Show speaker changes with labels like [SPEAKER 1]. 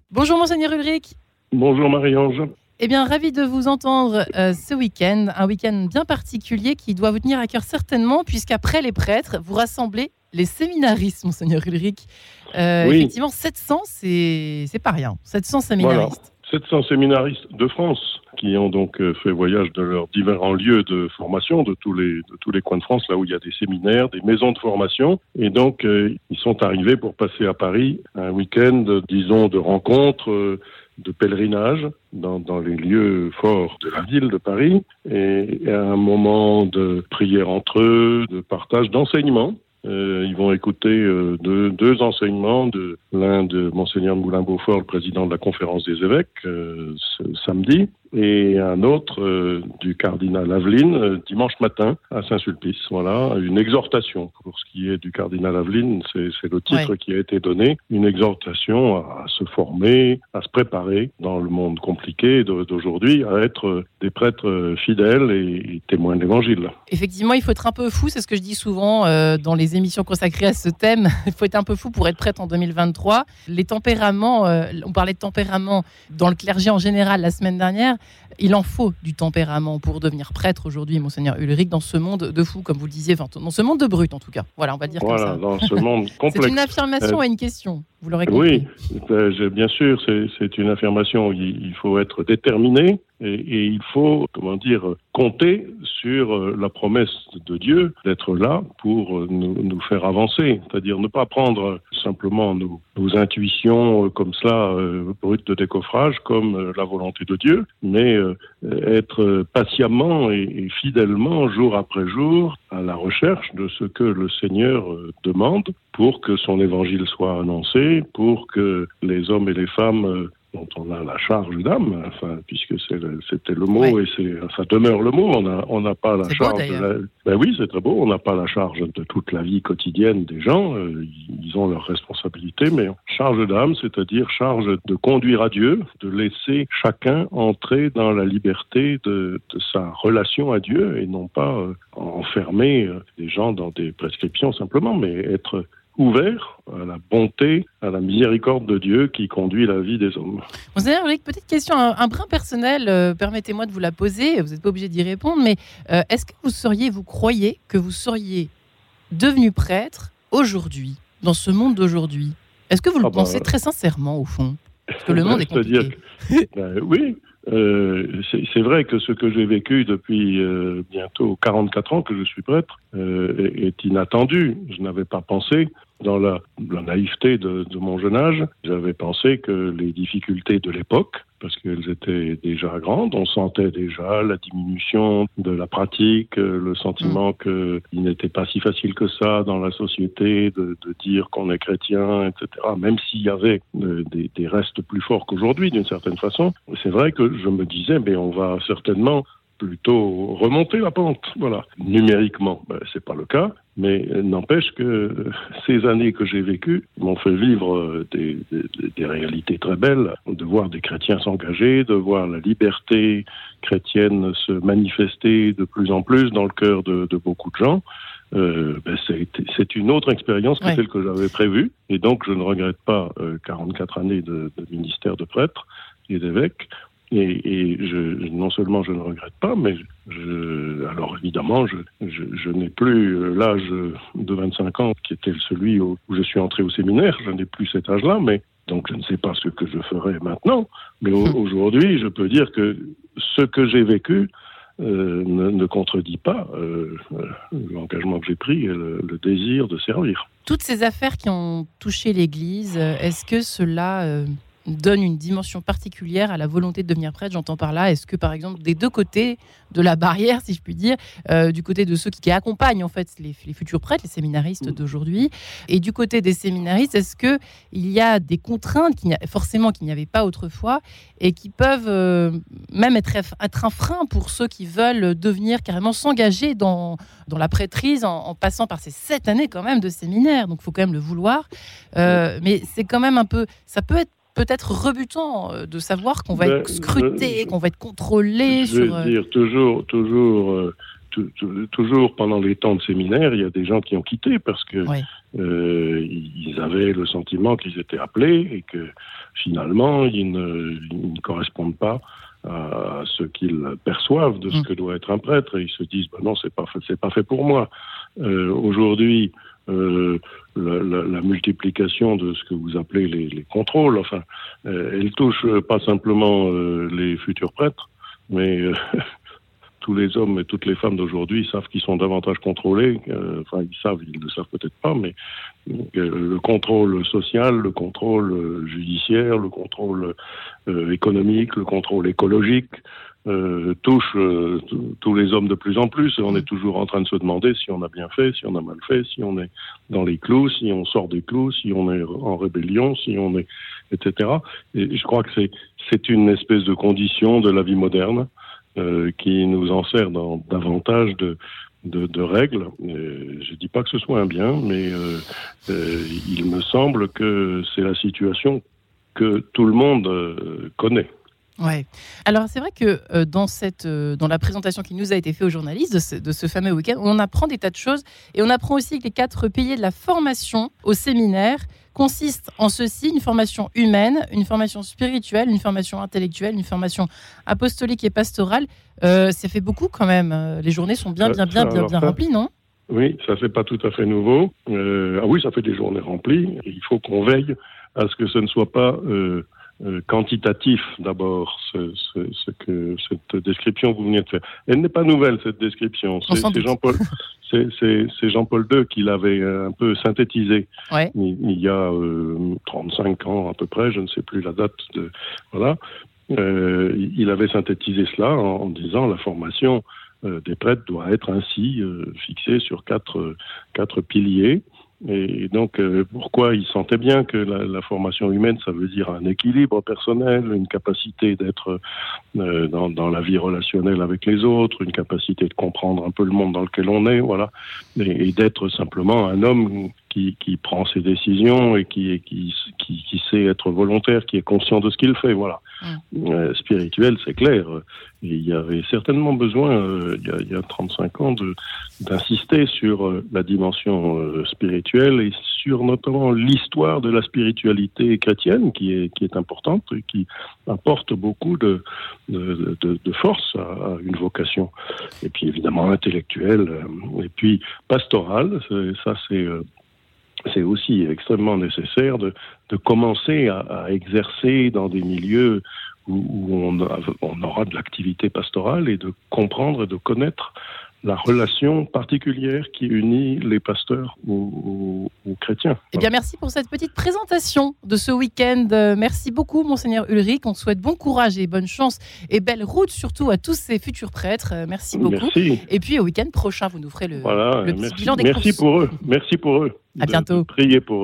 [SPEAKER 1] Bonjour Monseigneur Ulrich.
[SPEAKER 2] Bonjour Marie-Ange.
[SPEAKER 1] Eh bien, ravi de vous entendre ce week-end, un week-end bien particulier qui doit vous tenir à cœur certainement, puisqu'après les prêtres, vous rassemblez les séminaristes, Monseigneur Ulrich. Oui. Effectivement, 700, c'est pas rien. 700 séminaristes.
[SPEAKER 2] Voilà. 700 séminaristes de France qui ont donc fait voyage de leurs différents lieux de formation, de tous les coins de France, là où il y a des séminaires, des maisons de formation. Et donc, ils sont arrivés pour passer à Paris un week-end, disons, de rencontres, de pèlerinage dans les lieux forts de la ville de Paris, et à un moment de prière entre eux, de partage, d'enseignement. Ils vont écouter deux enseignements, l'un de Monseigneur Moulin-Beaufort, le président de la Conférence des évêques, ce samedi, et un autre du cardinal Aveline, dimanche matin, à Saint-Sulpice. Voilà, une exhortation. Pour ce qui est du cardinal Aveline, c'est le titre qui a été donné, une exhortation à se former, à se préparer dans le monde compliqué d'aujourd'hui, à être des prêtres fidèles et témoins de l'Évangile.
[SPEAKER 1] Effectivement, il faut être un peu fou, c'est ce que je dis souvent dans les émissions consacrées à ce thème. Il faut être un peu fou pour être prêtre en 2023. Les tempéraments, on parlait de tempérament dans le clergé en général la semaine dernière. Il en faut du tempérament pour devenir prêtre aujourd'hui, Monseigneur Ulrich, dans ce monde de fous, comme vous le disiez, dans ce monde de brutes en tout cas. Voilà, on va dire comme ça.
[SPEAKER 2] Dans ce monde complexe.
[SPEAKER 1] C'est une affirmation et une question, vous l'aurez compris.
[SPEAKER 2] Oui, bien sûr, c'est une affirmation. Il faut être déterminé et il faut, compter sur la promesse de Dieu d'être là pour nous faire avancer. C'est-à-dire ne pas prendre simplement nos intuitions comme cela, brutes de décoffrage, comme la volonté de Dieu, mais être patiemment et fidèlement, jour après jour, à la recherche de ce que le Seigneur demande pour que son évangile soit annoncé, pour que les hommes et les femmes dont on a la charge d'âme, puisque c'était le mot et ça demeure le mot. On n'a pas la charge. Oui, c'est très beau. On n'a pas la charge de toute la vie quotidienne des gens. Ils ont leurs responsabilités, mais charge d'âme, c'est-à-dire charge de conduire à Dieu, de laisser chacun entrer dans la liberté de sa relation à Dieu et non pas enfermer les gens dans des prescriptions simplement, mais être ouvert à la bonté, à la miséricorde de Dieu qui conduit la vie des hommes.
[SPEAKER 1] Monseigneur Ulrich, petite question, un brin personnel, permettez-moi de vous la poser, vous n'êtes pas obligé d'y répondre, mais est-ce que vous croyez que vous seriez devenu prêtre aujourd'hui, dans ce monde d'aujourd'hui? Est-ce que vous le pensez très sincèrement, au fond? Parce que le monde est compliqué.
[SPEAKER 2] Oui. C'est vrai que ce que j'ai vécu depuis bientôt 44 ans que je suis prêtre est inattendu. Je n'avais pas pensé, dans la naïveté de mon jeune âge, j'avais pensé que les difficultés de l'époque, parce qu'elles étaient déjà grandes, on sentait déjà la diminution de la pratique, le sentiment qu'il n'était pas si facile que ça dans la société de dire qu'on est chrétien, etc. Même s'il y avait des restes plus forts qu'aujourd'hui, d'une certaine façon. C'est vrai que je me disais, mais on va certainement plutôt remonter la pente. Voilà. Numériquement, c'est pas le cas, mais n'empêche que ces années que j'ai vécues m'ont fait vivre des réalités très belles, de voir des chrétiens s'engager, de voir la liberté chrétienne se manifester de plus en plus dans le cœur de beaucoup de gens. C'est une autre expérience que celle que j'avais prévue, et donc je ne regrette pas 44 années de ministère de prêtre et d'évêque. Et non seulement je ne regrette pas, mais alors évidemment, je n'ai plus l'âge de 25 ans qui était celui où je suis entré au séminaire. Je n'ai plus cet âge-là, mais donc je ne sais pas ce que je ferai maintenant. Mais aujourd'hui, je peux dire que ce que j'ai vécu ne contredit pas l'engagement que j'ai pris et le désir de servir.
[SPEAKER 1] Toutes ces affaires qui ont touché l'Église, est-ce que cela donne une dimension particulière à la volonté de devenir prêtre? J'entends par là, est-ce que par exemple des deux côtés de la barrière, si je puis dire, du côté de ceux qui accompagnent en fait les futurs prêtres, les séminaristes d'aujourd'hui, et du côté des séminaristes, est-ce que il y a des contraintes qu'il n'y avait pas autrefois et qui peuvent même être un frein pour ceux qui veulent devenir carrément s'engager dans la prêtrise en passant par ces 7 années quand même de séminaire, donc il faut quand même le vouloir, mais c'est quand même un peu, ça peut être peut-être rebutant de savoir qu'on va être scruté, qu'on va être contrôlé.
[SPEAKER 2] Je veux dire, toujours pendant les temps de séminaire, il y a des gens qui ont quitté parce que ils avaient le sentiment qu'ils étaient appelés et que finalement ils ne correspondent pas à ce qu'ils perçoivent de ce que doit être un prêtre, et ils se disent non, c'est pas fait pour moi. Aujourd'hui, la multiplication de ce que vous appelez les contrôles, elle touche pas simplement les futurs prêtres, mais tous les hommes et toutes les femmes d'aujourd'hui savent qu'ils sont davantage contrôlés. Ils le savent peut-être pas, mais le contrôle social, le contrôle judiciaire, le contrôle économique, le contrôle écologique touche tous les hommes de plus en plus. Et on est toujours en train de se demander si on a bien fait, si on a mal fait, si on est dans les clous, si on sort des clous, si on est en rébellion, si on est, etc. Et je crois que c'est une espèce de condition de la vie moderne qui nous enserre dans davantage de règles. Je dis pas que ce soit un bien, mais il me semble que c'est la situation que tout le monde connaît.
[SPEAKER 1] Ouais. Alors c'est vrai que dans la présentation qui nous a été faite aux journalistes de ce fameux week-end, on apprend des tas de choses, et on apprend aussi que les 4 piliers de la formation au séminaire consistent en ceci: une formation humaine, une formation spirituelle, une formation intellectuelle, une formation apostolique et pastorale. Ça fait beaucoup quand même. Les journées sont bien remplies, non ?
[SPEAKER 2] Oui, ça c'est pas tout à fait nouveau. Oui, ça fait des journées remplies. Et il faut qu'on veille à ce que ce ne soit pas quantitatif d'abord, ce que cette description que vous venez de faire. Elle n'est pas nouvelle, cette description. C'est Jean-Paul II qui l'avait un peu synthétisé.
[SPEAKER 1] Ouais.
[SPEAKER 2] Il y a 35 ans à peu près, je ne sais plus la date voilà. Il avait synthétisé cela en disant la formation des prêtres doit être ainsi fixée sur quatre piliers. Et donc, pourquoi il sentait bien que la formation humaine, ça veut dire un équilibre personnel, une capacité d'être dans la vie relationnelle avec les autres, une capacité de comprendre un peu le monde dans lequel on est, voilà, et d'être simplement un homme qui prend ses décisions et qui sait être volontaire, qui est conscient de ce qu'il fait, voilà. Spirituel, c'est clair. Et il y avait certainement besoin, il y a 35 ans, d'insister sur la dimension spirituelle et sur notamment l'histoire de la spiritualité chrétienne qui est importante et qui apporte beaucoup de force à une vocation. Et puis évidemment intellectuelle, et puis pastorale, c'est aussi extrêmement nécessaire de commencer à exercer dans des milieux où on aura de l'activité pastorale et de comprendre et de connaître la relation particulière qui unit les pasteurs aux chrétiens.
[SPEAKER 1] Eh bien, merci pour cette petite présentation de ce week-end. Merci beaucoup, Monseigneur Ulrich. On souhaite bon courage et bonne chance et belle route surtout à tous ces futurs prêtres. Merci beaucoup.
[SPEAKER 2] Merci.
[SPEAKER 1] Et puis au week-end prochain, vous nous ferez le petit bilan des courses.
[SPEAKER 2] Merci pour eux.
[SPEAKER 1] À bientôt.
[SPEAKER 2] Priez pour eux.